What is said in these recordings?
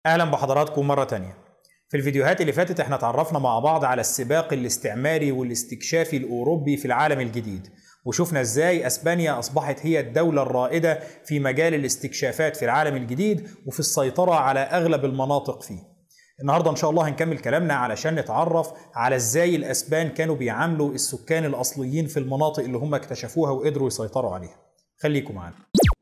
أهلا بحضراتكم مرة تانية. في الفيديوهات اللي فاتت احنا اتعرفنا مع بعض على السباق الاستعماري والاستكشافي الأوروبي في العالم الجديد، وشوفنا ازاي أسبانيا أصبحت هي الدولة الرائدة في مجال الاستكشافات في العالم الجديد وفي السيطرة على أغلب المناطق فيه. النهاردة إن شاء الله هنكمل كلامنا علشان نتعرف على ازاي الأسبان كانوا بيعاملوا السكان الأصليين في المناطق اللي هم اكتشفوها وقدروا يسيطروا عليها. خليكم معانا.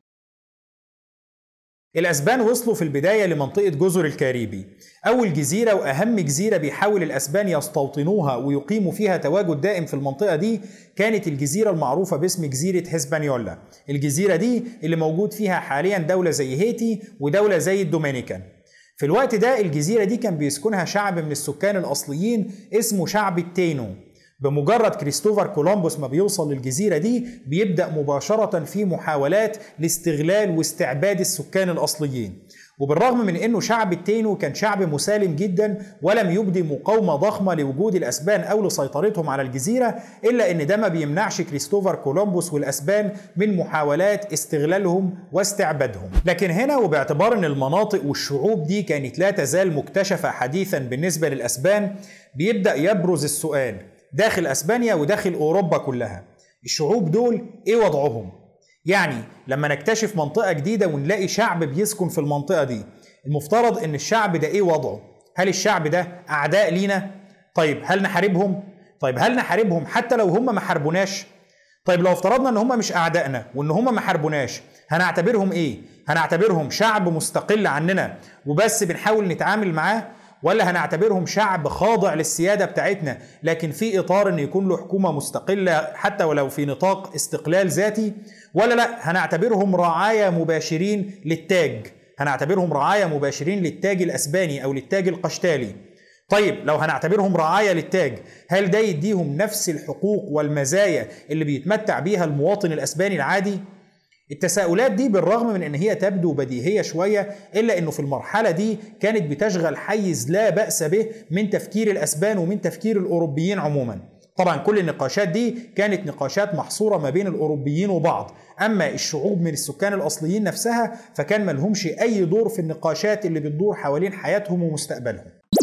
الأسبان وصلوا في البداية لمنطقة جزر الكاريبي، أول جزيرة وأهم جزيرة بيحاول الأسبان يستوطنوها ويقيموا فيها تواجد دائم في المنطقة دي كانت الجزيرة المعروفة باسم جزيرة هسبانيولا. الجزيرة دي اللي موجود فيها حاليا دولة زي هيتي ودولة زي الدومينيكان. في الوقت ده الجزيرة دي كان بيسكنها شعب من السكان الأصليين اسمه شعب التينو. بمجرد كريستوفر كولومبوس ما بيوصل للجزيرة دي بيبدأ مباشرة في محاولات لاستغلال واستعباد السكان الأصليين، وبالرغم من أنه شعب التينو كان شعب مسالم جدا ولم يبدي مقاومة ضخمة لوجود الأسبان أو لسيطرتهم على الجزيرة، إلا أن ده ما بيمنعش كريستوفر كولومبوس والأسبان من محاولات استغلالهم واستعبادهم. لكن هنا وباعتبار أن المناطق والشعوب دي كانت لا تزال مكتشفة حديثا بالنسبة للأسبان، بيبدأ يبرز السؤال داخل أسبانيا وداخل أوروبا كلها، الشعوب دول إيه وضعهم؟ يعني لما نكتشف منطقة جديدة ونلاقي شعب بيسكن في المنطقة دي، المفترض إن الشعب ده إيه وضعه؟ هل الشعب ده أعداء لينا؟ طيب هل نحاربهم؟ طيب هل نحاربهم حتى لو هم ما حاربوناش؟ طيب لو افترضنا إن هم مش أعدائنا وإن هم ما حاربوناش، هنعتبرهم إيه؟ هنعتبرهم شعب مستقل عننا وبس بنحاول نتعامل معاه؟ ولا هنعتبرهم شعب خاضع للسيادة بتاعتنا لكن في إطار أن يكون له حكومة مستقلة حتى ولو في نطاق استقلال ذاتي؟ ولا لا هنعتبرهم رعايا مباشرين للتاج، هنعتبرهم رعايا مباشرين للتاج الأسباني أو للتاج القشتالي؟ طيب لو هنعتبرهم رعايا للتاج، هل ده يديهم نفس الحقوق والمزايا اللي بيتمتع بيها المواطن الأسباني العادي؟ التساؤلات دي بالرغم من ان هي تبدو بديهية شوية، الا انه في المرحلة دي كانت بتشغل حيز لا بأس به من تفكير الأسبان ومن تفكير الأوروبيين عموما. طبعا كل النقاشات دي كانت نقاشات محصورة ما بين الأوروبيين وبعض، اما الشعوب من السكان الأصليين نفسها فكان ملهمش اي دور في النقاشات اللي بتدور حوالين حياتهم ومستقبلهم.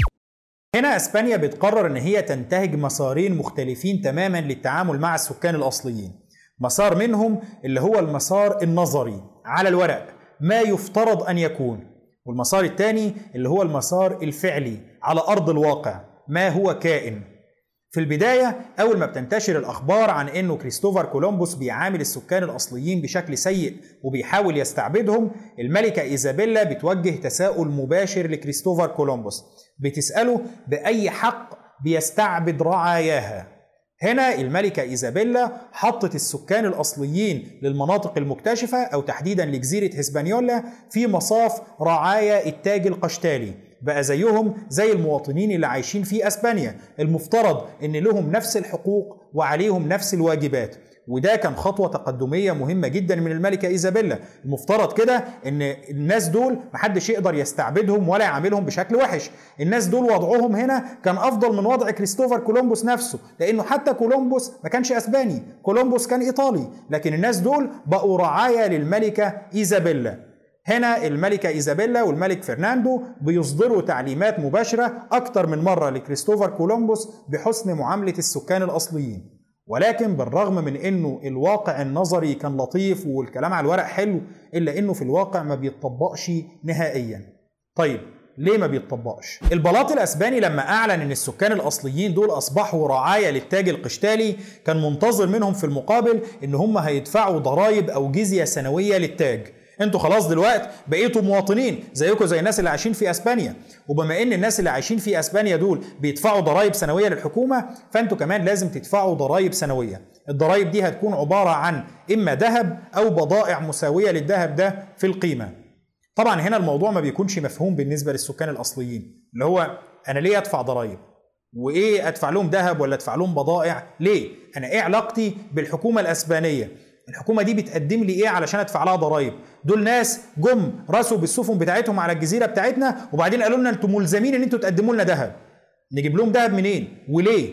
هنا اسبانيا بتقرر ان هي تنتهج مسارين مختلفين تماما للتعامل مع السكان الأصليين. مسار منهم اللي هو المسار النظري على الورق، ما يفترض أن يكون، والمسار الثاني اللي هو المسار الفعلي على أرض الواقع، ما هو كائن. في البداية أول ما بتنتشر الأخبار عن أنه كريستوفر كولومبوس بيعامل السكان الأصليين بشكل سيء وبيحاول يستعبدهم، الملكة إيزابيلا بتوجه تساؤل مباشر لكريستوفر كولومبوس، بتسأله بأي حق بيستعبد رعاياها. هنا الملكة إيزابيلا حطت السكان الأصليين للمناطق المكتشفة أو تحديدا لجزيرة هسبانيولا في مصاف رعايا التاج القشتالي، بقى زيهم زي المواطنين اللي عايشين في أسبانيا، المفترض إن لهم نفس الحقوق وعليهم نفس الواجبات. وده كان خطوة تقدمية مهمة جدا من الملكة إيزابيلا. المفترض كده ان الناس دول محدش يقدر يستعبدهم ولا يعاملهم بشكل وحش. الناس دول وضعهم هنا كان افضل من وضع كريستوفر كولومبوس نفسه، لانه حتى كولومبوس ما كانش اسباني، كولومبوس كان ايطالي، لكن الناس دول بقوا رعايا للملكة إيزابيلا. هنا الملكة إيزابيلا والملك فرناندو بيصدروا تعليمات مباشرة أكتر من مرة لكريستوفر كولومبوس بحسن معاملة السكان الأصليين. ولكن بالرغم من انه الواقع النظري كان لطيف والكلام على الورق حلو، الا انه في الواقع ما بيتطبقش نهائيا. طيب ليه ما بيتطبقش؟ البلاط الاسباني لما اعلن ان السكان الاصليين دول اصبحوا رعايا للتاج القشتالي، كان منتظر منهم في المقابل ان هم هيدفعوا ضرائب او جزية سنوية للتاج. انتوا خلاص دلوقتي بقيتوا مواطنين زيكم زي الناس اللي عايشين في اسبانيا، وبما ان الناس اللي عايشين في اسبانيا دول بيدفعوا ضرائب سنويه للحكومه، فانتوا كمان لازم تدفعوا ضرائب سنويه. الضرائب دي هتكون عباره عن اما ذهب او بضائع مساويه للذهب ده في القيمه. طبعا هنا الموضوع ما بيكونش مفهوم بالنسبه للسكان الاصليين، اللي هو انا ليه ادفع ضرائب؟ وايه ادفع لهم ذهب ولا ادفع لهم بضائع؟ ليه؟ انا ايه علاقتي بالحكومه الاسبانيه؟ الحكومه دي بتقدم لي ايه علشان ادفع لها ضرائب؟ دول ناس جم راسوا بالسفن بتاعتهم على الجزيره بتاعتنا وبعدين قالوا لنا انتم ملزمين ان انتم تقدموا لنا ذهب. نجيب لهم ذهب منين وليه؟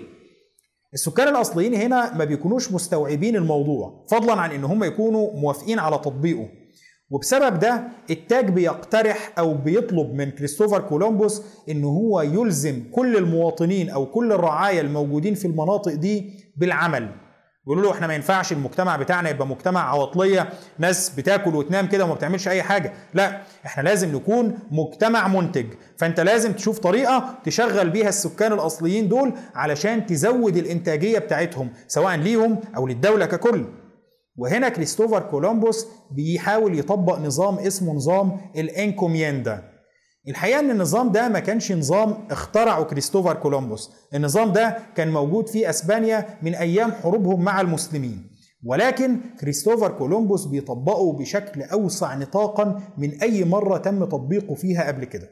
السكان الاصليين هنا ما بيكونوش مستوعبين الموضوع، فضلا عن ان هم يكونوا موافقين على تطبيقه. وبسبب ده التاج بيقترح أو بيطلب من كريستوفر كولومبوس إن هو يلزم كل المواطنين أو كل الرعايا الموجودين في المناطق دي بالعمل. بيقولوا له احنا ما ينفعش المجتمع بتاعنا يبقى مجتمع عواطلية، ناس بتاكل وتنام كده وما بتعملش اي حاجة، لا احنا لازم نكون مجتمع منتج. فانت لازم تشوف طريقة تشغل بيها السكان الاصليين دول علشان تزود الانتاجية بتاعتهم سواء ليهم او للدولة ككل. وهنا كريستوفر كولومبوس بيحاول يطبق نظام اسمه نظام الانكوميندا. الحقيقة ان النظام ده ما كانش نظام اخترعه كريستوفر كولومبوس، النظام ده كان موجود في اسبانيا من ايام حروبهم مع المسلمين، ولكن كريستوفر كولومبوس بيطبقه بشكل اوسع نطاقا من اي مرة تم تطبيقه فيها قبل كده.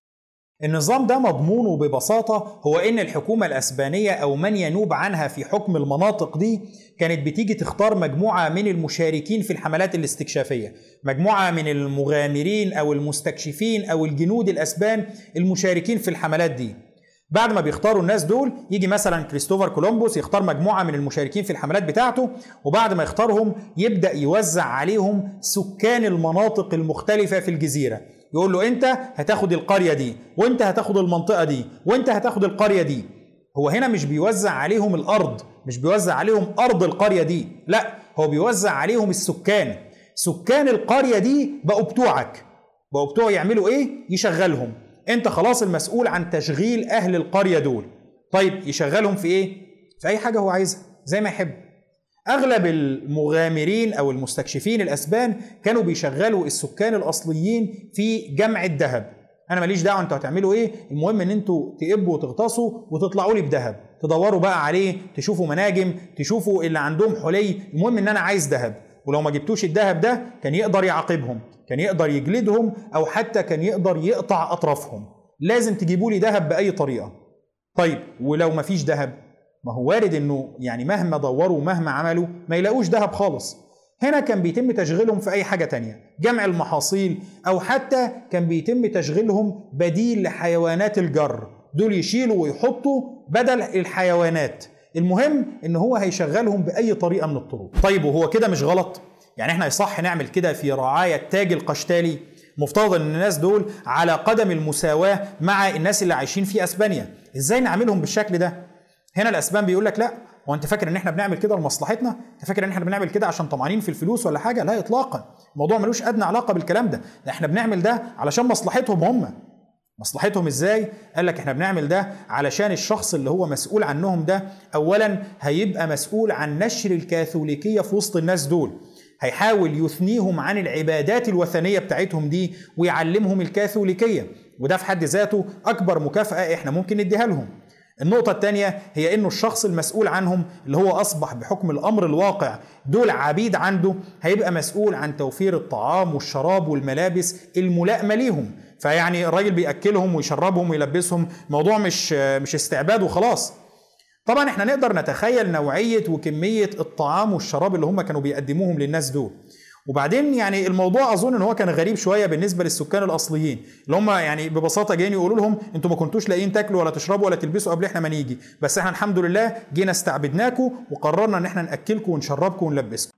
النظام ده مضمونه ببساطة هو إن الحكومة الأسبانية أو من ينوب عنها في حكم المناطق دي كانت بتيجي تختار مجموعة من المشاركين في الحملات الاستكشافية، مجموعة من المغامرين أو المستكشفين أو الجنود الأسبان المشاركين في الحملات دي. بعد ما بيختاروا الناس دول يجي مثلا كريستوفر كولومبوس يختار مجموعة من المشاركين في الحملات بتاعته، وبعد ما يختارهم يبدأ يوزع عليهم سكان المناطق المختلفة في الجزيرة. يقول له انت هتاخد القرية دي، وانت هتاخد المنطقة دي، وانت هتاخد القرية دي. هو هنا مش بيوزع عليهم الارض، مش بيوزع عليهم ارض القرية دي، لا هو بيوزع عليهم السكان. سكان القرية دي بقوا بتوعك، بقوا بتوع يعملوا ايه؟ يشغلهم. انت خلاص المسؤول عن تشغيل اهل القرية دول. طيب يشغلهم في ايه؟ في اي حاجة هو عايزها زي ما يحب. أغلب المغامرين أو المستكشفين الأسبان كانوا بيشغلوا السكان الأصليين في جمع الذهب. أنا ماليش دعوة أنتوا هتعملوا إيه، المهم إن أنتوا تقبوا وتغطسوا وتطلعوا لي بذهب، تدوروا بقى عليه، تشوفوا مناجم، تشوفوا اللي عندهم حلي، المهم إن أنا عايز ذهب. ولو ما جبتوش الذهب ده كان يقدر يعاقبهم، كان يقدر يجلدهم، أو حتى كان يقدر يقطع أطرافهم. لازم تجيبوا لي ذهب بأي طريقة. طيب ولو ما فيش ذهب، ما هو وارد انه يعني مهما دوروا ومهما عملوا ما يلاقوش ذهب خالص. هنا كان بيتم تشغيلهم في اي حاجة تانية، جمع المحاصيل، او حتى كان بيتم تشغيلهم بديل لحيوانات الجر، دول يشيلوا ويحطوا بدل الحيوانات. المهم ان هو هيشغلهم باي طريقة من الطرق. طيب وهو كده مش غلط؟ يعني احنا يصح نعمل كده في رعاية تاج القشتالي؟ مفترض ان الناس دول على قدم المساواة مع الناس اللي عايشين في اسبانيا، ازاي نعملهم بالشكل ده؟ هنا الاسبان بيقول لك لا، هو انت فاكر ان احنا بنعمل كده لمصلحتنا؟ انت فاكر ان احنا بنعمل كده عشان طمعانين في الفلوس ولا حاجه؟ لا اطلاقا، الموضوع ملوش ادنى علاقه بالكلام ده، احنا بنعمل ده علشان مصلحتهم هم. مصلحتهم ازاي؟ قال لك احنا بنعمل ده علشان الشخص اللي هو مسؤول عنهم ده اولا هيبقى مسؤول عن نشر الكاثوليكيه في وسط الناس دول، هيحاول يثنيهم عن العبادات الوثنيه بتاعتهم دي ويعلمهم الكاثوليكيه، وده في حد ذاته اكبر مكافاه احنا ممكن نديها لهم. النقطة الثانية هي إنه الشخص المسؤول عنهم اللي هو أصبح بحكم الأمر الواقع دول عبيد عنده، هيبقى مسؤول عن توفير الطعام والشراب والملابس الملائمة ليهم. فيعني الراجل بيأكلهم ويشربهم ويلبسهم، الموضوع مش استعباد وخلاص. طبعا احنا نقدر نتخيل نوعية وكمية الطعام والشراب اللي هم كانوا بيقدموهم للناس دول. وبعدين يعني الموضوع اظن ان هو كان غريب شويه بالنسبه للسكان الاصليين اللي هم يعني ببساطه جايين يقولوا لهم انتوا ما كنتوش لاقيين تاكلوا ولا تشربوا ولا تلبسوا قبل احنا ما نيجي، بس احنا الحمد لله جينا استعبدناكم وقررنا ان احنا ناكلكم ونشربكم ونلبسكم.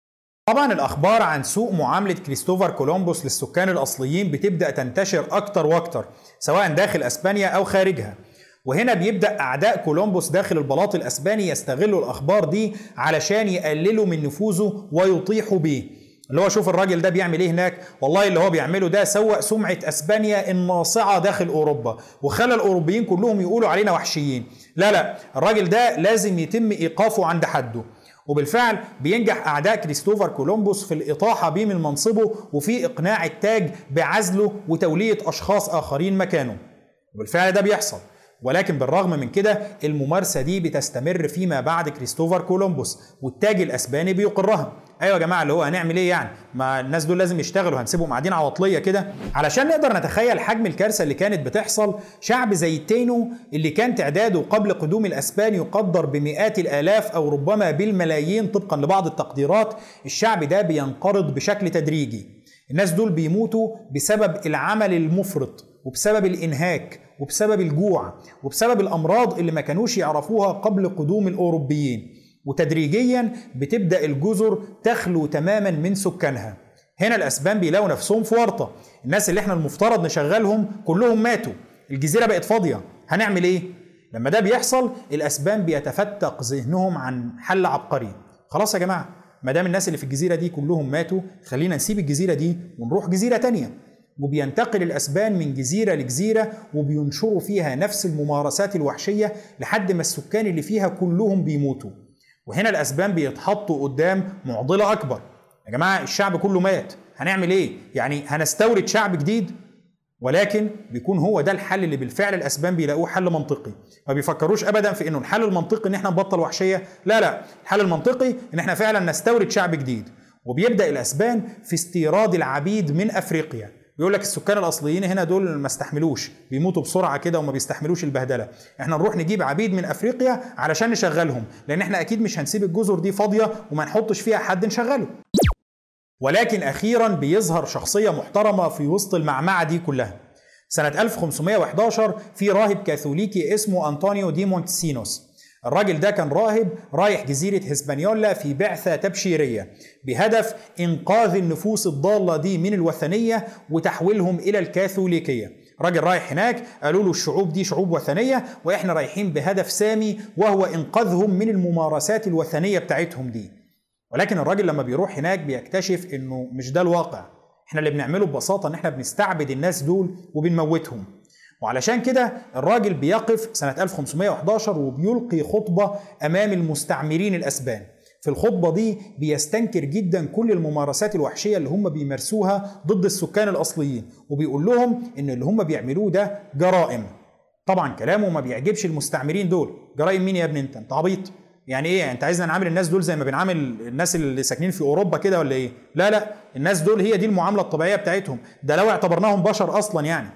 طبعا الاخبار عن سوء معامله كريستوفر كولومبوس للسكان الاصليين بتبدا تنتشر اكتر واكتر سواء داخل اسبانيا او خارجها. وهنا بيبدأ أعداء كولومبوس داخل البلاط الأسباني يستغلوا الأخبار دي علشان يقللوا من نفوذه ويطيحوا بيه. اللي هو شوف الراجل ده بيعمل ايه هناك، والله اللي هو بيعمله ده سوء سمعة اسبانيا الناصعة داخل اوروبا وخلى الاوروبيين كلهم يقولوا علينا وحشيين. لا الراجل ده لازم يتم ايقافه عند حده. وبالفعل بينجح اعداء كريستوفر كولومبوس في الاطاحة بيه من منصبه وفي اقناع التاج بعزله وتولية اشخاص اخرين مكانه. وبالفعل ده بيحصل، ولكن بالرغم من كده الممارسة دي بتستمر فيما بعد كريستوفر كولومبوس والتاج الأسباني بيقرها. أيوة يا جماعة اللي هو هنعمل إيه يعني؟ ما الناس دول لازم يشتغلوا، هنسيبهم قاعدين عواطلية كده؟ علشان نقدر نتخيل حجم الكارثة اللي كانت بتحصل، شعب زي التينو اللي كان تعداده قبل قدوم الأسبان يقدر بمئات الآلاف أو ربما بالملايين طبقا لبعض التقديرات، الشعب ده بينقرض بشكل تدريجي. الناس دول بيموتوا بسبب العمل المفرط وبسبب الإنهاك وبسبب الجوع وبسبب الأمراض اللي ما كانوش يعرفوها قبل قدوم الأوروبيين. وتدريجيا بتبدأ الجزر تخلو تماما من سكانها. هنا الاسبان بيلاقوا نفسهم في ورطه، الناس اللي احنا المفترض نشغلهم كلهم ماتوا، الجزيره بقت فاضيه، هنعمل ايه؟ لما ده بيحصل الاسبان بيتفتق ذهنهم عن حل عبقري. خلاص يا جماعه، ما دام الناس اللي في الجزيره دي كلهم ماتوا، خلينا نسيب الجزيره دي ونروح جزيره تانيه. وبينتقل الاسبان من جزيره لجزيره وبينشروا فيها نفس الممارسات الوحشيه لحد ما السكان اللي فيها كلهم بيموتوا. وهنا الاسبان بيتحطوا قدام معضله اكبر. يا جماعه الشعب كله مات، هنعمل ايه؟ يعني هنستورد شعب جديد؟ ولكن بيكون هو ده الحل اللي بالفعل الاسبان بيلاقوه حل منطقي. ما بيفكروش ابدا في انه الحل المنطقي ان احنا نبطل وحشيه، لا، الحل المنطقي ان احنا فعلا نستورد شعب جديد. وبيبدا الاسبان في استيراد العبيد من افريقيا. بيقول لك السكان الاصليين هنا دول ما استحملوش، بيموتوا بسرعه كده وما بيستحملوش البهدله، احنا نروح نجيب عبيد من افريقيا علشان نشغلهم، لان احنا اكيد مش هنسيب الجزر دي فاضيه وما نحطش فيها حد نشغله. ولكن أخيرا بيظهر شخصية محترمة في وسط المعمعة دي كلها. سنة 1511 في راهب كاثوليكي اسمه أنطونيو دي مونتسينوس. الراجل ده كان راهب رايح جزيرة هسبانيولا في بعثة تبشيرية بهدف إنقاذ النفوس الضالة دي من الوثنية وتحويلهم إلى الكاثوليكية. راجل رايح هناك قالوا له الشعوب دي شعوب وثنية وإحنا رايحين بهدف سامي وهو إنقاذهم من الممارسات الوثنية بتاعتهم دي. ولكن الراجل لما بيروح هناك بيكتشف انه مش ده الواقع. احنا اللي بنعمله ببساطة ان احنا بنستعبد الناس دول وبنموتهم. وعلشان كده الراجل بيقف سنة 1511 وبيلقي خطبة امام المستعمرين الاسبان. في الخطبة دي بيستنكر جدا كل الممارسات الوحشية اللي هم بيمارسوها ضد السكان الاصليين، وبيقول لهم ان اللي هم بيعملوه ده جرائم. طبعا كلامه ما بيعجبش المستعمرين دول. جرائم مين يا ابني انت عبيط؟ يعني ايه؟ انت عايزنا نعامل الناس دول زي ما بنعامل الناس اللي ساكنين في اوروبا كده ولا ايه؟ لا، الناس دول هي دي المعامله الطبيعيه بتاعتهم، ده لو اعتبرناهم بشر اصلا يعني.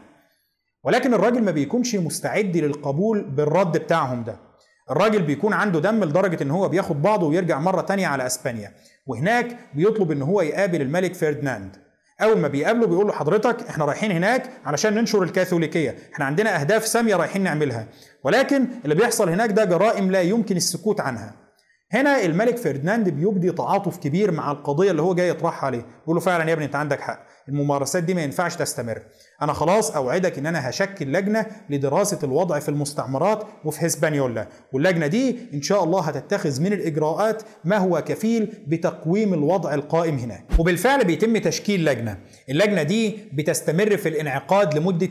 ولكن الراجل ما بيكونش مستعد للقبول بالرد بتاعهم ده. الراجل بيكون عنده دم لدرجه ان هو بياخد بعضه ويرجع مره تانية على اسبانيا، وهناك بيطلب ان هو يقابل الملك فرديناند. اول ما بيقابله بيقول له حضرتك احنا رايحين هناك علشان ننشر الكاثوليكيه، احنا عندنا اهداف ساميه رايحين نعملها، ولكن اللي بيحصل هناك ده جرائم لا يمكن السكوت عنها. هنا الملك فرديناند بيبدي تعاطف كبير مع القضيه اللي هو جاي يطرحها عليه، بيقول له فعلا يا ابني انت عندك حق، الممارسات دي ما ينفعش تستمر. انا خلاص اوعدك ان انا هشكل لجنه لدراسه الوضع في المستعمرات وفي هسبانيولا، واللجنه دي ان شاء الله هتتخذ من الاجراءات ما هو كفيل بتقويم الوضع القائم هناك. وبالفعل بيتم تشكيل لجنه. اللجنه دي بتستمر في الانعقاد لمده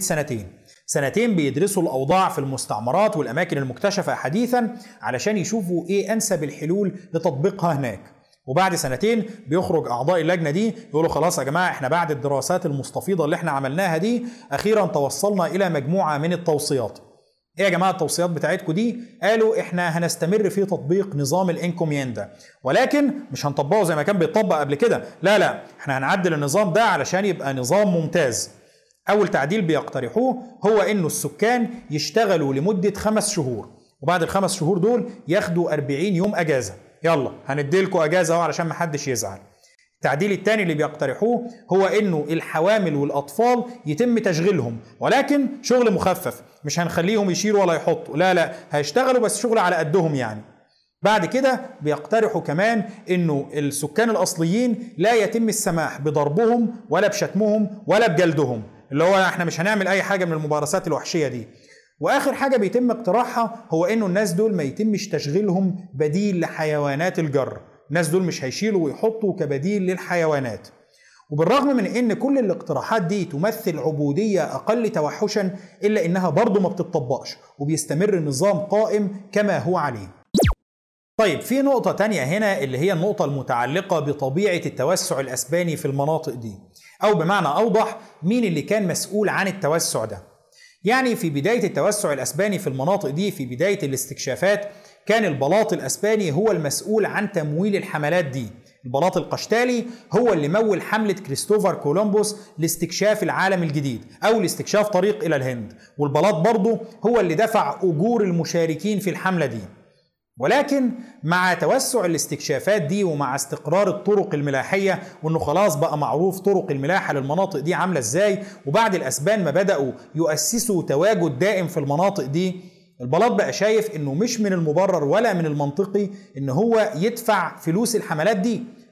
سنتين بيدرسوا الأوضاع في المستعمرات والأماكن المكتشفة حديثا علشان يشوفوا إيه أنسب الحلول لتطبيقها هناك. وبعد سنتين بيخرج أعضاء اللجنة دي يقولوا خلاص يا جماعة احنا بعد الدراسات المستفيضة اللي احنا عملناها دي أخيرا توصلنا إلى مجموعة من التوصيات. ايه يا جماعة التوصيات بتاعتكم دي؟ قالوا احنا هنستمر في تطبيق نظام الانكوميندا، ولكن مش هنطبقه زي ما كان بيطبق قبل كده، لا احنا هنعدل النظام ده علشان يبقى نظام ممتاز. أول تعديل بيقترحوه هو إنه السكان يشتغلوا لمدة 5 شهور، وبعد ال5 شهور دول ياخدوا 40 يوم أجازة. يلا هنديلكوا أجازة أهو علشان محدش يزعل. التعديل الثاني اللي بيقترحوه هو إنه الحوامل والأطفال يتم تشغيلهم، ولكن شغل مخفف، مش هنخليهم يشيلوا ولا يحطوا، لا هيشتغلوا بس شغل على قدهم يعني. بعد كده بيقترحوا كمان إنه السكان الأصليين لا يتم السماح بضربهم ولا بشتمهم ولا بجلدهم، اللي هو احنا مش هنعمل اي حاجة من الممارسات الوحشية دي. واخر حاجة بيتم اقتراحها هو انه الناس دول ما يتمش تشغيلهم بديل لحيوانات الجر. الناس دول مش هيشيلوا ويحطوا كبديل للحيوانات. وبالرغم من ان كل الاقتراحات دي تمثل عبودية اقل توحشا، الا انها برضو ما بتطبقش وبيستمر النظام قائم كما هو عليه. طيب في نقطة تانية هنا اللي هي النقطة المتعلقة بطبيعة التوسع الأسباني في المناطق دي، أو بمعنى أوضح مين اللي كان مسؤول عن التوسع ده. يعني في بداية التوسع الأسباني في المناطق دي، في بداية الاستكشافات، كان البلاط الأسباني هو المسؤول عن تمويل الحملات دي. البلاط القشتالي هو اللي مول حملة كريستوفر كولومبوس لاستكشاف العالم الجديد أو لاستكشاف طريق إلى الهند، والبلاط برضه هو اللي دفع أجور المشاركين في الحملة دي. ولكن مع توسع الاستكشافات دي ومع استقرار الطرق الملاحية، وانه خلاص بقى معروف طرق الملاحة للمناطق دي عاملة ازاي، وبعد الاسبان ما بدأوا يؤسسوا تواجد دائم في المناطق دي، البلاط بقى شايف انه مش من المبرر ولا من المنطقي ان هو يدفع فلوس الحملات دي.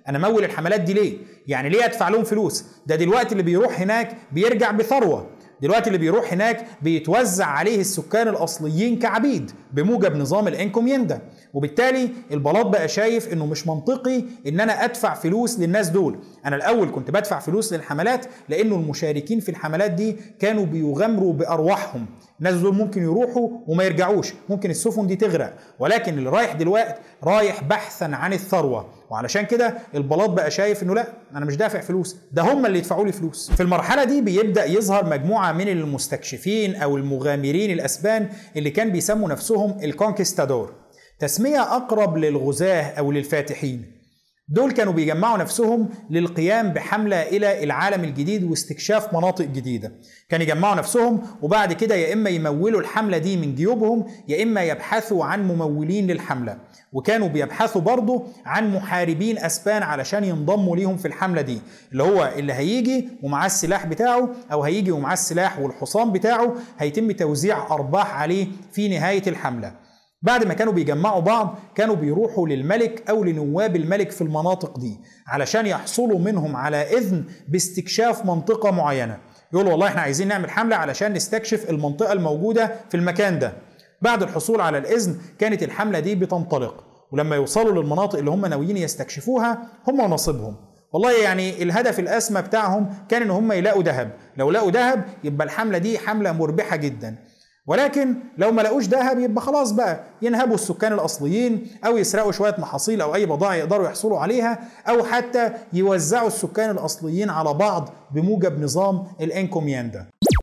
انا امول الحملات دي ليه؟ يعني ليه ادفع لهم فلوس؟ ده دلوقتي اللي بيروح هناك بيرجع بثروه، دلوقتي اللي بيروح هناك بيتوزع عليه السكان الاصليين كعبيد بموجب نظام الانكوميندا. وبالتالي البلاط بقى شايف انه مش منطقي ان انا ادفع فلوس للناس دول. انا الاول كنت بدفع فلوس للحملات لانه المشاركين في الحملات دي كانوا بيغامروا بارواحهم، الناس دول ممكن يروحوا وما يرجعوش، ممكن السفن دي تغرق، ولكن اللي رايح دلوقتي رايح بحثا عن الثروه، وعلشان كده البلاط بقى شايف انه لا، انا مش دافع فلوس، ده هم اللي يدفعوا لي فلوس. في المرحله دي بيبدا يظهر مجموعه من المستكشفين او المغامرين الاسبان اللي كان بيسموا نفسهم الكونكستادور، تسميه اقرب للغزاة او للفاتحين. دول كانوا بيجمعوا نفسهم للقيام بحملة إلى العالم الجديد واستكشاف مناطق جديدة. كانوا يجمعوا نفسهم وبعد كده يا إما يمولوا الحملة دي من جيوبهم يا إما يبحثوا عن ممولين للحملة، وكانوا بيبحثوا برضو عن محاربين أسبان علشان ينضموا ليهم في الحملة دي، اللي هو اللي هيجي ومعاه السلاح بتاعه أو هيجي ومعاه السلاح والحصان بتاعه هيتم توزيع أرباح عليه في نهاية الحملة. بعد ما كانوا بيجمعوا بعض كانوا بيروحوا للملك أو لنواب الملك في المناطق دي علشان يحصلوا منهم على إذن باستكشاف منطقة معينة. يقولوا والله احنا عايزين نعمل حملة علشان نستكشف المنطقة الموجودة في المكان ده. بعد الحصول على الإذن كانت الحملة دي بتنطلق، ولما يوصلوا للمناطق اللي هم ناويين يستكشفوها هم ونصيبهم. والله يعني الهدف الأسمى بتاعهم كان إن هم يلاقوا ذهب، لو لقوا ذهب يبقى الحملة دي حملة مربحة جدا، ولكن لو ما لقوش ذهب يبقى خلاص بقى ينهبوا السكان الأصليين أو يسرقوا شوية محاصيل أو أي بضائع يقدروا يحصلوا عليها، أو حتى يوزعوا السكان الأصليين على بعض بموجب نظام الانكوميندا.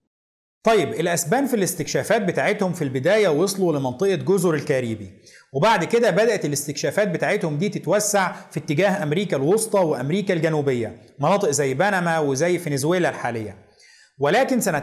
طيب الأسبان في الاستكشافات بتاعتهم في البداية وصلوا لمنطقة جزر الكاريبي، وبعد كده بدأت الاستكشافات بتاعتهم دي تتوسع في اتجاه أمريكا الوسطى وأمريكا الجنوبية، مناطق زي بنما وزي فنزويلا الحالية. ولكن سنة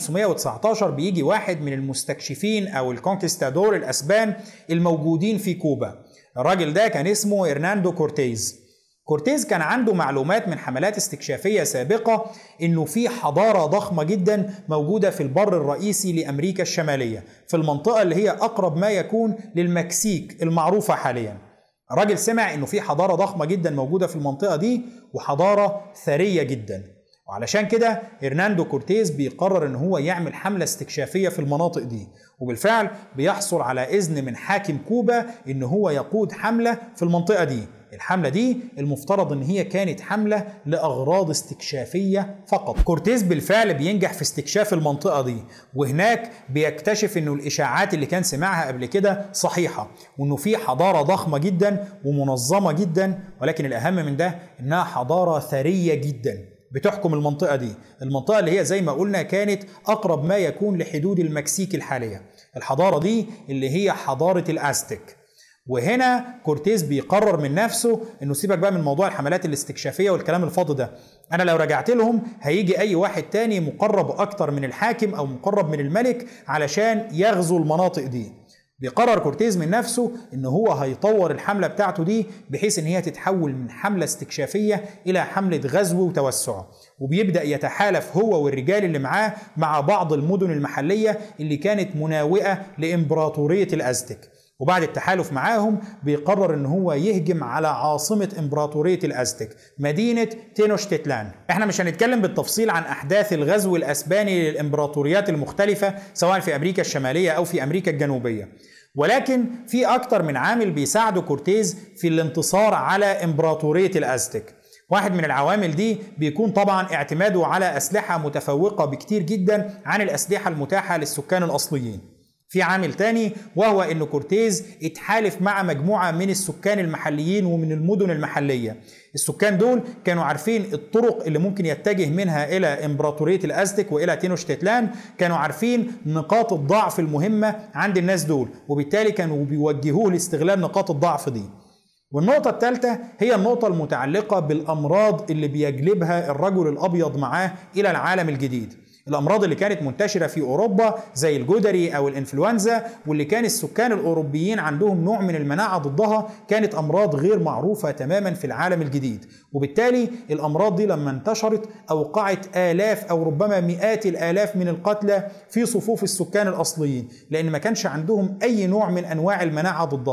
1519 بيجي واحد من المستكشفين أو الكونكستادور الأسبان الموجودين في كوبا. الراجل ده كان اسمه إرناندو كورتيز. كورتيز كان عنده معلومات من حملات استكشافية سابقة إنه في حضارة ضخمة جدا موجودة في البر الرئيسي لأمريكا الشمالية، في المنطقة اللي هي أقرب ما يكون للمكسيك المعروفة حاليا. الراجل سمع إنه في حضارة ضخمة جدا موجودة في المنطقة دي وحضارة ثرية جدا، وعلشان كده إرناندو كورتيز بيقرر إن هو يعمل حملة استكشافية في المناطق دي، وبالفعل بيحصل على إذن من حاكم كوبا إن هو يقود حملة في المنطقة دي. الحملة دي المفترض إن هي كانت حملة لأغراض استكشافية فقط. كورتيز بالفعل بينجح في استكشاف المنطقة دي، وهناك بيكتشف إنه الإشاعات اللي كان سمعها قبل كده صحيحة، وإنه في حضارة ضخمة جدا ومنظمة جدا، ولكن الأهم من ده إنها حضارة ثرية جدا بتحكم المنطقة دي. المنطقة اللي هي زي ما قلنا كانت أقرب ما يكون لحدود المكسيك الحالية. الحضارة دي اللي هي حضارة الأزتك. وهنا كورتيز بيقرر من نفسه انه سيبك بقى من موضوع الحملات الاستكشافية والكلام الفاضي ده، انا لو رجعت لهم هيجي اي واحد تاني مقرب اكتر من الحاكم او مقرب من الملك علشان يغزو المناطق دي. بيقرر كورتيز من نفسه ان هو هيطور الحملة بتاعته دي بحيث ان هي تتحول من حملة استكشافية الى حملة غزو وتوسع، وبيبدأ يتحالف هو والرجال اللي معاه مع بعض المدن المحلية اللي كانت مناوئة لإمبراطورية الأزتك. وبعد التحالف معاهم بيقرر ان هو يهجم على عاصمة امبراطورية الأزتك، مدينة تينوشتيتلان. احنا مش هنتكلم بالتفصيل عن احداث الغزو الاسباني للامبراطوريات المختلفة سواء في امريكا الشمالية او في امريكا الجنوبية، ولكن في اكتر من عامل بيساعده كورتيز في الانتصار على امبراطورية الأزتك. واحد من العوامل دي بيكون طبعا اعتماده على اسلحة متفوقة بكتير جدا عن الاسلحة المتاحة للسكان الاصليين. في عامل تاني وهو ان كورتيز اتحالف مع مجموعة من السكان المحليين ومن المدن المحلية. السكان دول كانوا عارفين الطرق اللي ممكن يتجه منها الى امبراطورية الازتك والى تينوشتيتلان، كانوا عارفين نقاط الضعف المهمة عند الناس دول، وبالتالي كانوا بيوجهوه لاستغلال نقاط الضعف دي. والنقطة الثالثة هي النقطة المتعلقة بالأمراض اللي بيجلبها الرجل الأبيض معاه إلى العالم الجديد. الأمراض اللي كانت منتشرة في أوروبا زي الجدري أو الإنفلونزا، واللي كان السكان الأوروبيين عندهم نوع من المناعة ضدها، كانت أمراض غير معروفة تماما في العالم الجديد. وبالتالي الأمراض دي لما انتشرت أوقعت آلاف أو ربما مئات الآلاف من القتلى في صفوف السكان الأصليين، لأن ما كانش عندهم أي نوع من أنواع المناعة ضدها.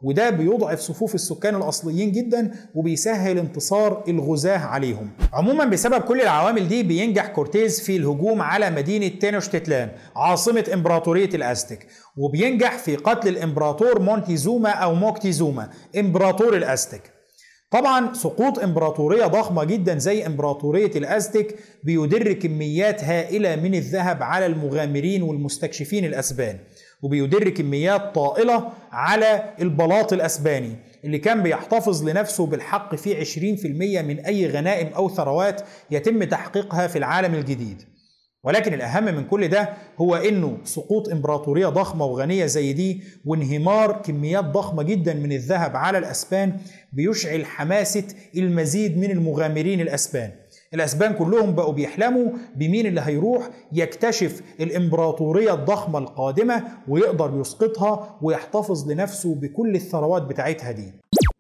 وده بيضعف صفوف السكان الأصليين جدا وبيسهل انتصار الغزاة عليهم. عموما بسبب كل العوامل دي بينجح كورتيز في الهجوم على مدينة تينوشتيتلان عاصمة إمبراطورية الأزتك، وبينجح في قتل الإمبراطور مونتيزوما أو موكتيزوما إمبراطور الأزتك. طبعا سقوط إمبراطورية ضخمة جدا زي إمبراطورية الأزتك بيدر كميات هائلة من الذهب على المغامرين والمستكشفين الأسبان، وبيدر كميات طائلة على البلاط الأسباني اللي كان بيحتفظ لنفسه بالحق في 20% من أي غنائم أو ثروات يتم تحقيقها في العالم الجديد. ولكن الأهم من كل ده هو إنه سقوط إمبراطورية ضخمة وغنية زي دي وانهمار كميات ضخمة جدا من الذهب على الأسبان بيشعل حماسة المزيد من المغامرين الأسبان. الأسبان كلهم بقوا بيحلموا بمين اللي هيروح يكتشف الإمبراطورية الضخمة القادمة ويقدر يسقطها ويحتفظ لنفسه بكل الثروات بتاعتها دي.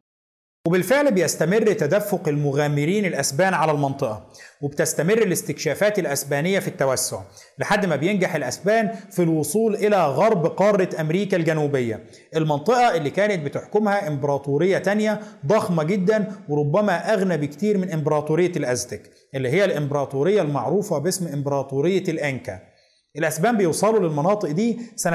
وبالفعل بيستمر تدفق المغامرين الأسبان على المنطقة، وبتستمر الاستكشافات الأسبانية في التوسع لحد ما بينجح الأسبان في الوصول إلى غرب قارة أمريكا الجنوبية، المنطقة اللي كانت بتحكمها إمبراطورية تانية ضخمة جدا وربما أغنى بكتير من إمبراطورية الأزتك اللي هي الإمبراطورية المعروفة باسم إمبراطورية الأنكا. الأسبان بيوصلوا للمناطق دي سنة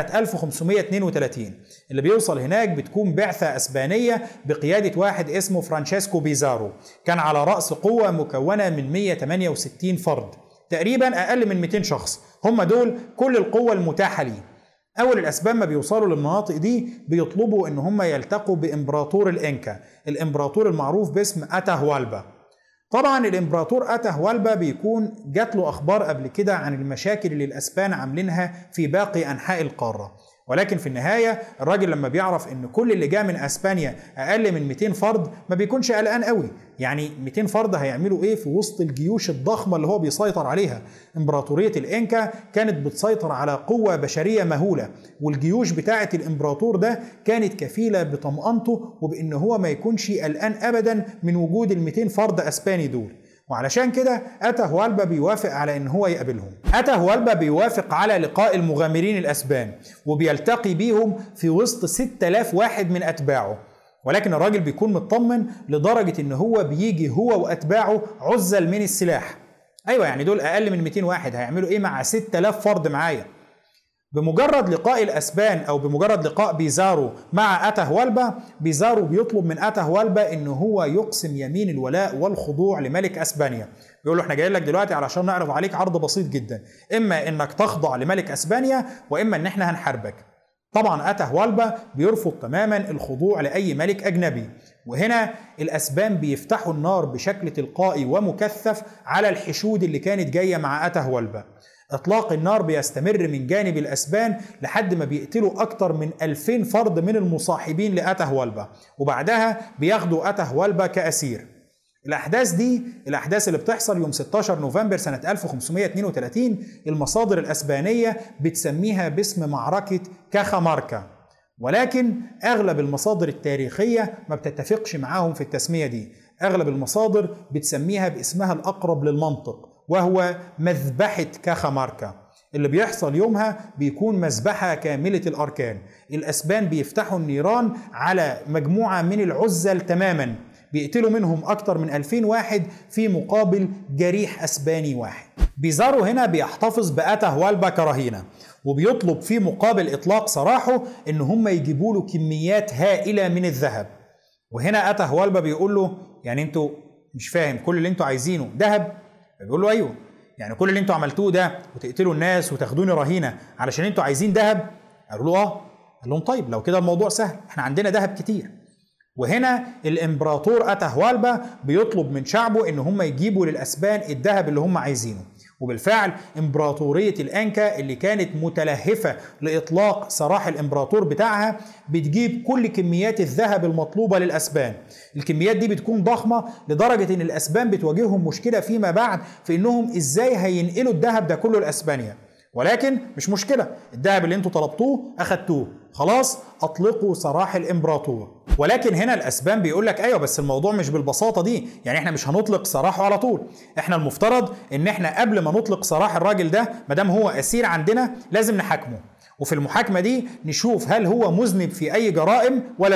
1532. اللي بيوصل هناك بتكون بعثة أسبانية بقيادة واحد اسمه فرانشيسكو بيزارو، كان على رأس قوة مكونة من 168 فرد، تقريبا أقل من 200 شخص، هم دول كل القوة المتاحة ليه. أول الأسبان ما بيوصلوا للمناطق دي بيطلبوا إن هم يلتقوا بإمبراطور الإنكا، الإمبراطور المعروف باسم أتاهوالبا. طبعا الامبراطور أتاهوالبا بيكون جات له اخبار قبل كده عن المشاكل اللي الاسبان عاملينها في باقي انحاء القاره، ولكن في النهايه الراجل لما بيعرف ان كل اللي جاء من اسبانيا اقل من 200 فرد ما بيكونش قلقان قوي. يعني 200 فرد هيعملوا ايه في وسط الجيوش الضخمه اللي هو بيسيطر عليها؟ امبراطوريه الانكا كانت بتسيطر على قوه بشريه مهوله، والجيوش بتاعه الامبراطور ده كانت كفيله بطمأنته وبان هو ما يكونش قلقان ابدا من وجود ال 200 فرد اسباني دول. وعلشان كده أتاهوالبا بيوافق على ان هو يقابلهم. أتاهوالبا بيوافق على لقاء المغامرين الأسبان وبيلتقي بيهم في وسط 6000 واحد من أتباعه، ولكن الراجل بيكون مطمن لدرجة ان هو بيجي هو وأتباعه عزل من السلاح. ايوه يعني دول اقل من 200 واحد، هيعملوا ايه مع 6000 فرد معايا؟ بمجرد لقاء الأسبان أو بمجرد لقاء بيزارو مع أتاهوالبا، بيزارو بيطلب من أتاهوالبا إن هو يقسم يمين الولاء والخضوع لملك أسبانيا. بيقول له إحنا جايين لك دلوقتي علشان نعرض عليك عرض بسيط جدا، إما إنك تخضع لملك أسبانيا وإما إن إحنا هنحاربك. طبعا أتاهوالبا بيرفض تماما الخضوع لأي ملك أجنبي، وهنا الأسبان بيفتحوا النار بشكل تلقائي ومكثف على الحشود اللي كانت جاية مع أتاهوالبا. اطلاق النار بيستمر من جانب الاسبان لحد ما بيقتلوا اكتر من 2000 فرد من المصاحبين لأتاهوالبا، وبعدها بياخدوا أتاهوالبا كأسير. الاحداث دي الاحداث اللي بتحصل يوم 16 نوفمبر سنة 1532 المصادر الاسبانية بتسميها باسم معركة كاخاماركا، ولكن اغلب المصادر التاريخية ما بتتفقش معاهم في التسمية دي. اغلب المصادر بتسميها باسمها الاقرب للمنطق وهو مذبحة كاخاماركا. اللي بيحصل يومها بيكون مذبحة كاملة الأركان. الأسبان بيفتحوا النيران على مجموعة من العزل تماما، بيقتلوا منهم أكتر من 2000 واحد في مقابل جريح أسباني واحد. بيزارو هنا بيحتفظ بأتاهوالبا كرهينة وبيطلب في مقابل إطلاق سراحه إن هم يجيبوا له كميات هائلة من الذهب. وهنا أتاهوالبا بيقول له يعني انتوا مش فاهم، كل اللي انتوا عايزينه ذهب؟ بيقول له ايوه، يعني كل اللي انتوا عملتوه ده وتقتلوا الناس وتاخدوني رهينه علشان انتوا عايزين ذهب؟ قالوا له اه. قال لهم طيب لو كده الموضوع سهل، احنا عندنا ذهب كتير. وهنا الامبراطور أتاهوالبا بيطلب من شعبه ان هم يجيبوا للاسبان الذهب اللي هم عايزينه. وبالفعل امبراطورية الأنكا اللي كانت متلهفة لإطلاق سراح الامبراطور بتاعها بتجيب كل كميات الذهب المطلوبة للأسبان. الكميات دي بتكون ضخمة لدرجة ان الأسبان بتواجههم مشكلة فيما بعد في انهم ازاي هينقلوا الذهب ده كله لأسبانيا، ولكن مش مشكلة، الذهب اللي انتوا طلبتوه اخدتوه، خلاص اطلقوا سراح الامبراطور. ولكن هنا الاسبان بيقول لك ايوه بس الموضوع مش بالبساطه دي، يعني احنا مش هنطلق سراحه على طول، احنا المفترض ان احنا قبل ما نطلق سراح الراجل ده ما دام هو اسير عندنا لازم نحاكمه، وفي المحاكمه دي نشوف هل هو مذنب في اي جرائم ولا لا.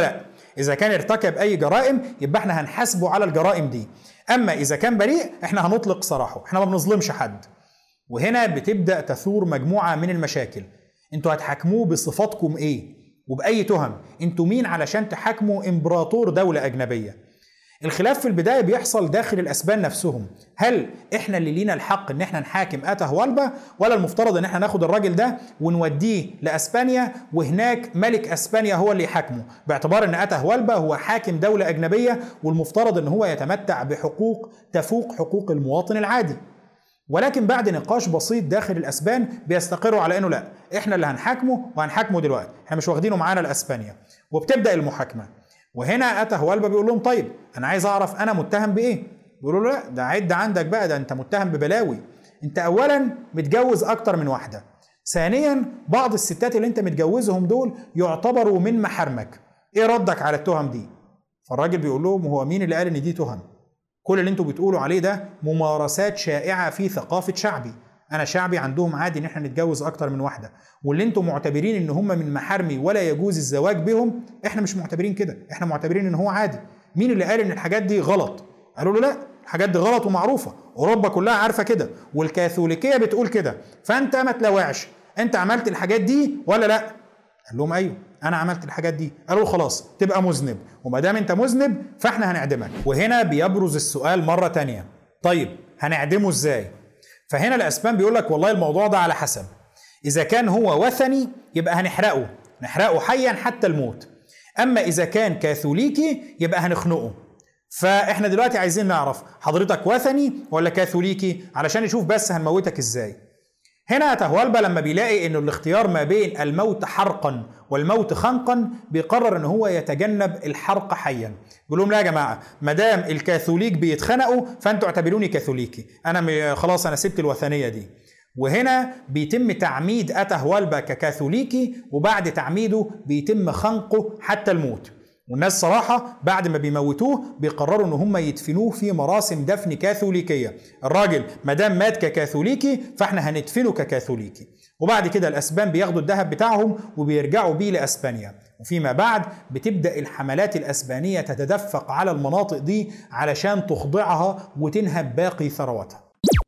اذا كان ارتكب اي جرائم يبقى احنا هنحاسبه على الجرائم دي، اما اذا كان بريء احنا هنطلق سراحه، احنا ما بنظلمش حد. وهنا بتبدأ تثور مجموعة من المشاكل. انتوا هتحاكموه بصفاتكم ايه؟ وبأي تهم؟ انتوا مين علشان تحاكموا امبراطور دولة أجنبية؟ الخلاف في البداية بيحصل داخل الأسبان نفسهم، هل احنا اللي لينا الحق ان احنا نحاكم أتاهوالبا، ولا المفترض ان احنا ناخد الراجل ده ونوديه لأسبانيا وهناك ملك أسبانيا هو اللي يحاكمه، باعتبار ان أتاهوالبا هو حاكم دولة أجنبية والمفترض ان هو يتمتع بحقوق تفوق حقوق المواطن العادي. ولكن بعد نقاش بسيط داخل الأسبان بيستقروا على انه لا، احنا اللي هنحاكمه وهنحاكمه دلوقتي، احنا مش واخدينه معانا لأسبانيا. وبتبدأ المحاكمة. وهنا أتاهوالبا بيقول لهم طيب انا عايز اعرف انا متهم بايه؟ بيقولوا له لا، ده عد عندك بقى، ده انت متهم ببلاوي. انت اولا متجوز اكتر من واحده، ثانيا بعض الستات اللي انت متجوزهم دول يعتبروا من محارمك، ايه ردك على التهم دي؟ فالراجل بيقول لهم هو مين اللي قال ان دي تهم؟ كل اللي انتوا بتقولوا عليه ده ممارسات شائعه في ثقافه شعبي، انا شعبي عندهم عادي ان احنا نتجوز اكتر من واحده، واللي انتم معتبرين ان هم من محارمي ولا يجوز الزواج بهم احنا مش معتبرين كده، احنا معتبرين ان هو عادي. مين اللي قال ان الحاجات دي غلط؟ قالوا له لا، الحاجات دي غلط ومعروفه، اوروبا كلها عارفه كده والكاثوليكيه بتقول كده، فانت ما تلاوعش، انت عملت الحاجات دي ولا لا؟ قال لهم ايوه انا عملت الحاجات دي. قالوا خلاص تبقى مذنب، وما دام انت مذنب فاحنا هنعدمك. وهنا بيبرز السؤال مره تانية، طيب هنعدمه ازاي؟ فهنا الاسبان بيقول لك والله الموضوع ده على حسب، اذا كان هو وثني يبقى نحرقه حيا حتى الموت، اما اذا كان كاثوليكي يبقى هنخنقه. فاحنا دلوقتي عايزين نعرف حضرتك وثني ولا كاثوليكي علشان نشوف بس هنموتك ازاي. هنا أتاهوالبا لما بيلاقي انه الاختيار ما بين الموت حرقا والموت خنقا بيقرر ان هو يتجنب الحرق حيا. بيقول لهم لا يا جماعه، ما دام الكاثوليك بيتخنقوا فانتوا اعتبروني كاثوليكي، انا خلاص انا سبت الوثنيه دي. وهنا بيتم تعميد أتاهوالبا ككاثوليكي، وبعد تعميده بيتم خنقه حتى الموت. والناس صراحة بعد ما بيموتوه بيقرروا ان هم يدفنوه في مراسم دفن كاثوليكية. الراجل مادام مات ككاثوليكي فاحنا هندفنه ككاثوليكي. وبعد كده الأسبان بياخدوا الذهب بتاعهم وبيرجعوا بيه لأسبانيا، وفيما بعد بتبدأ الحملات الأسبانية تتدفق على المناطق دي علشان تخضعها وتنهب باقي ثرواتها.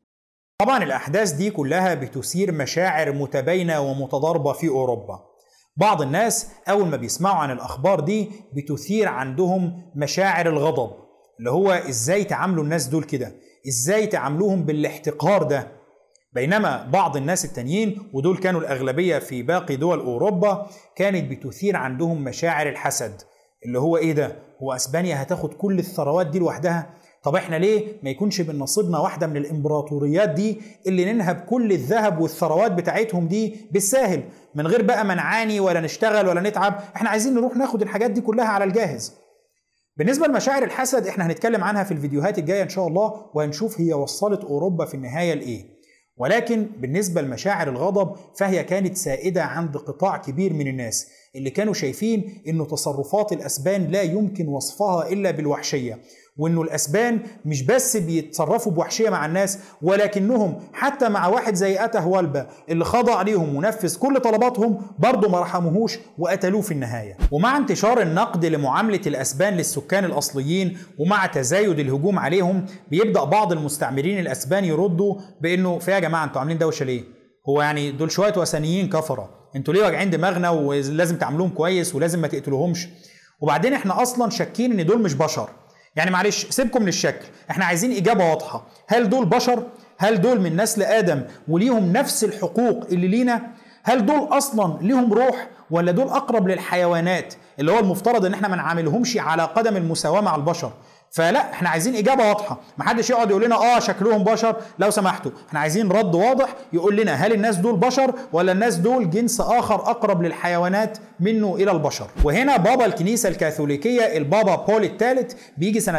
طبعا الأحداث دي كلها بتثير مشاعر متباينة ومتضاربة في أوروبا. بعض الناس أول ما بيسمعوا عن الأخبار دي بتثير عندهم مشاعر الغضب، اللي هو إزاي تعاملوا الناس دول كده، إزاي تعاملوهم بالاحتقار ده. بينما بعض الناس التانيين، ودول كانوا الأغلبية في باقي دول أوروبا، كانت بتثير عندهم مشاعر الحسد، اللي هو إيه ده؟ هو أسبانيا هتاخد كل الثروات دي لوحدها؟ طب احنا ليه ما يكونش من نصيبنا واحدة من الامبراطوريات دي اللي ننهب كل الذهب والثروات بتاعتهم دي بالساهل، من غير بقى ما نعاني ولا نشتغل ولا نتعب، احنا عايزين نروح ناخد الحاجات دي كلها على الجاهز. بالنسبة لمشاعر الحسد احنا هنتكلم عنها في الفيديوهات الجاية ان شاء الله، وهنشوف هي وصلت اوروبا في النهاية لايه. ولكن بالنسبة لمشاعر الغضب فهي كانت سائدة عند قطاع كبير من الناس اللي كانوا شايفين انه تصرفات الاسبان لا يمكن وصفها الا بالوحشية، وانه الاسبان مش بس بيتصرفوا بوحشيه مع الناس، ولكنهم حتى مع واحد زي أتاهوالبا اللي خضع ليهم ونفذ كل طلباتهم برضه ما رحموهوش وقتلوه في النهايه. ومع انتشار النقد لمعامله الاسبان للسكان الاصليين ومع تزايد الهجوم عليهم، بيبدا بعض المستعمرين الاسبان يردوا بانه يا جماعه انتوا عاملين دوشه ليه؟ هو يعني دول شويه وثنيين كفره، انتوا ليه واجعين دماغنا ولازم تعاملوهم كويس ولازم ما تقتلوهمش؟ وبعدين احنا اصلا شاكين ان دول مش بشر. يعني معلش سيبكم من الشكل، احنا عايزين اجابه واضحه، هل دول بشر؟ هل دول من نسل ادم وليهم نفس الحقوق اللي لينا؟ هل دول اصلا ليهم روح ولا دول اقرب للحيوانات اللي هو المفترض ان احنا ما نعاملهمش على قدم المساواه مع البشر؟ فلا، احنا عايزين اجابه واضحه، محدش يقعد يقول لنا شكلهم بشر لو سمحتوا، احنا عايزين رد واضح يقول لنا هل الناس دول بشر ولا الناس دول جنس اخر اقرب للحيوانات منه الى البشر. وهنا بابا الكنيسه الكاثوليكيه البابا بول الثالث بيجي سنه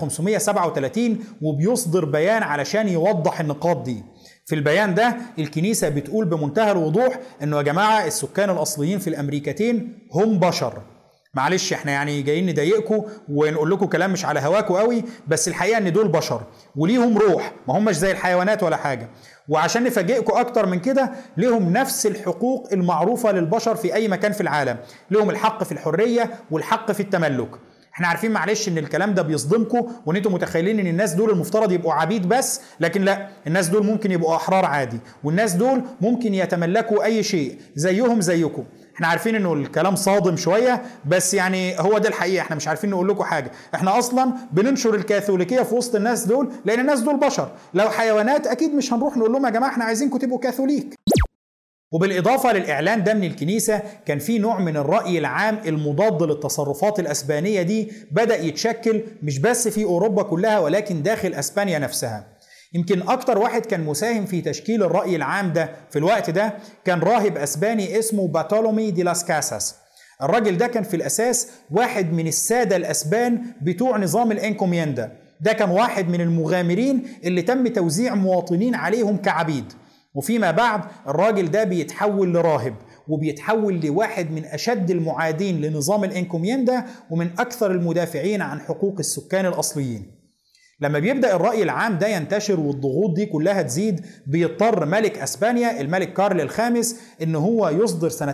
1537 وبيصدر بيان علشان يوضح النقاط دي. في البيان ده الكنيسه بتقول بمنتهى الوضوح انه يا جماعه السكان الاصليين في الامريكتين هم بشر، معلش احنا يعني جايين نضايقكم ونقول لكم كلام مش على هواكم قوي، بس الحقيقه ان دول بشر وليهم روح، ما هماش زي الحيوانات ولا حاجه. وعشان نفاجئكم اكتر من كده، ليهم نفس الحقوق المعروفه للبشر في اي مكان في العالم، ليهم الحق في الحريه والحق في التملك. احنا عارفين معلش ان الكلام ده بيصدمكم، وان انتم متخيلين ان الناس دول المفترض يبقوا عبيد بس، لكن لا، الناس دول ممكن يبقوا احرار عادي، والناس دول ممكن يتملكوا اي شيء زيهم زيكم. احنا عارفين انه الكلام صادم شويه، بس يعني هو ده الحقيقه، احنا مش عارفين نقول لكم حاجه. احنا اصلا بننشر الكاثوليكيه في وسط الناس دول، لان الناس دول بشر. لو حيوانات اكيد مش هنروح نقول لهم يا جماعه احنا عايزينكم تبقوا كاثوليك. وبالإضافة للإعلان ده من الكنيسة، كان في نوع من الرأي العام المضاد للتصرفات الأسبانية دي بدأ يتشكل مش بس في أوروبا كلها، ولكن داخل أسبانيا نفسها. يمكن أكتر واحد كان مساهم في تشكيل الرأي العام ده في الوقت ده كان راهب أسباني اسمه بارتولومي دي لاس كاساس. الراجل ده كان في الأساس واحد من السادة الأسبان بتوع نظام الإنكوميندا. ده كان واحد من المغامرين اللي تم توزيع مواطنين عليهم كعبيد، وفيما بعد الراجل ده بيتحول لراهب، وبيتحول لواحد من أشد المعادين لنظام الإنكوميندا ومن أكثر المدافعين عن حقوق السكان الأصليين. لما بيبدأ الرأي العام ده ينتشر والضغوط دي كلها تزيد، بيضطر ملك أسبانيا الملك كارل الخامس إن هو يصدر سنة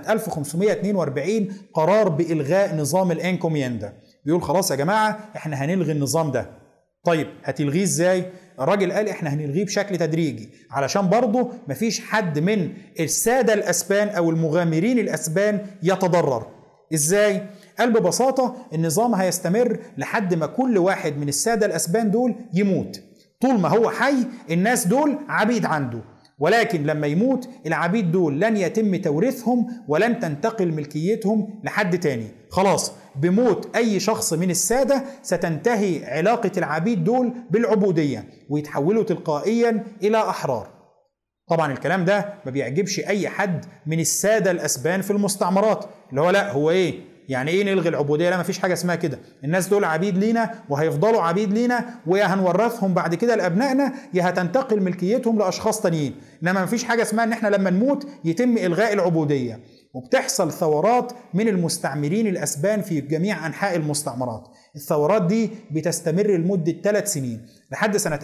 1542 قرار بإلغاء نظام الإنكوميندا. بيقول خلاص يا جماعة احنا هنلغي النظام ده. طيب هتلغيه ازاي؟ الراجل قال احنا هنلغيه بشكل تدريجي، علشان برضه مفيش حد من السادة الأسبان أو المغامرين الأسبان يتضرر. ازاي؟ قال ببساطة النظام هيستمر لحد ما كل واحد من السادة الأسبان دول يموت. طول ما هو حي الناس دول عبيد عنده، ولكن لما يموت العبيد دول لن يتم توريثهم ولن تنتقل ملكيتهم لحد تاني. خلاص بموت أي شخص من السادة ستنتهي علاقة العبيد دول بالعبودية ويتحولوا تلقائيا إلى أحرار. طبعا الكلام ده ما بيعجبش أي حد من السادة الأسبان في المستعمرات، اللي هو لا هو إيه؟ يعني ايه نلغي العبوديه؟ لا مفيش حاجه اسمها كده، الناس دول عبيد لينا وهيفضلوا عبيد لينا، ويا هنورثهم بعد كده لابنائنا يا هتنتقل ملكيتهم لاشخاص تانيين، انما مفيش حاجه اسمها ان احنا لما نموت يتم الغاء العبوديه. وبتحصل ثورات من المستعمرين الاسبان في جميع انحاء المستعمرات. الثورات دي بتستمر لمده 3 سنين لحد سنه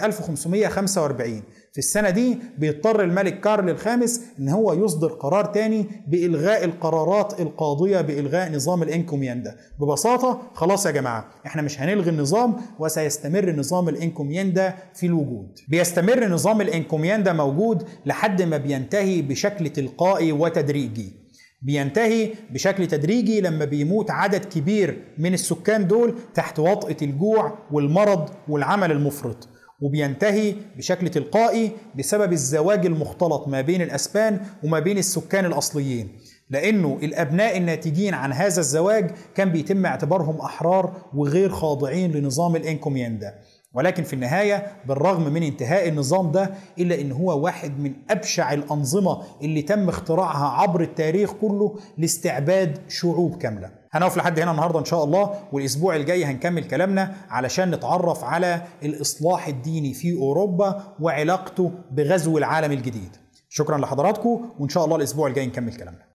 1545. في السنه دي بيضطر الملك كارل الخامس ان هو يصدر قرار تاني بالغاء القرارات القاضيه بالغاء نظام الانكوميندا. ببساطه خلاص يا جماعه احنا مش هنلغي النظام وسيستمر نظام الانكوميندا في الوجود. بيستمر نظام الانكوميندا موجود لحد ما بينتهي بشكل تلقائي وتدريجي. بينتهي بشكل تدريجي لما بيموت عدد كبير من السكان دول تحت وطأة الجوع والمرض والعمل المفرط، وبينتهي بشكل تلقائي بسبب الزواج المختلط ما بين الأسبان وما بين السكان الأصليين، لأنه الأبناء الناتجين عن هذا الزواج كان بيتم اعتبارهم أحرار وغير خاضعين لنظام الإنكوميندا. ولكن في النهاية بالرغم من انتهاء النظام ده إلا إن هو واحد من أبشع الأنظمة اللي تم اختراعها عبر التاريخ كله لاستعباد شعوب كاملة. هنقف لحد هنا النهاردة إن شاء الله، والأسبوع الجاي هنكمل كلامنا علشان نتعرف على الإصلاح الديني في أوروبا وعلاقته بغزو العالم الجديد. شكرا لحضراتكم، وإن شاء الله الأسبوع الجاي نكمل كلامنا.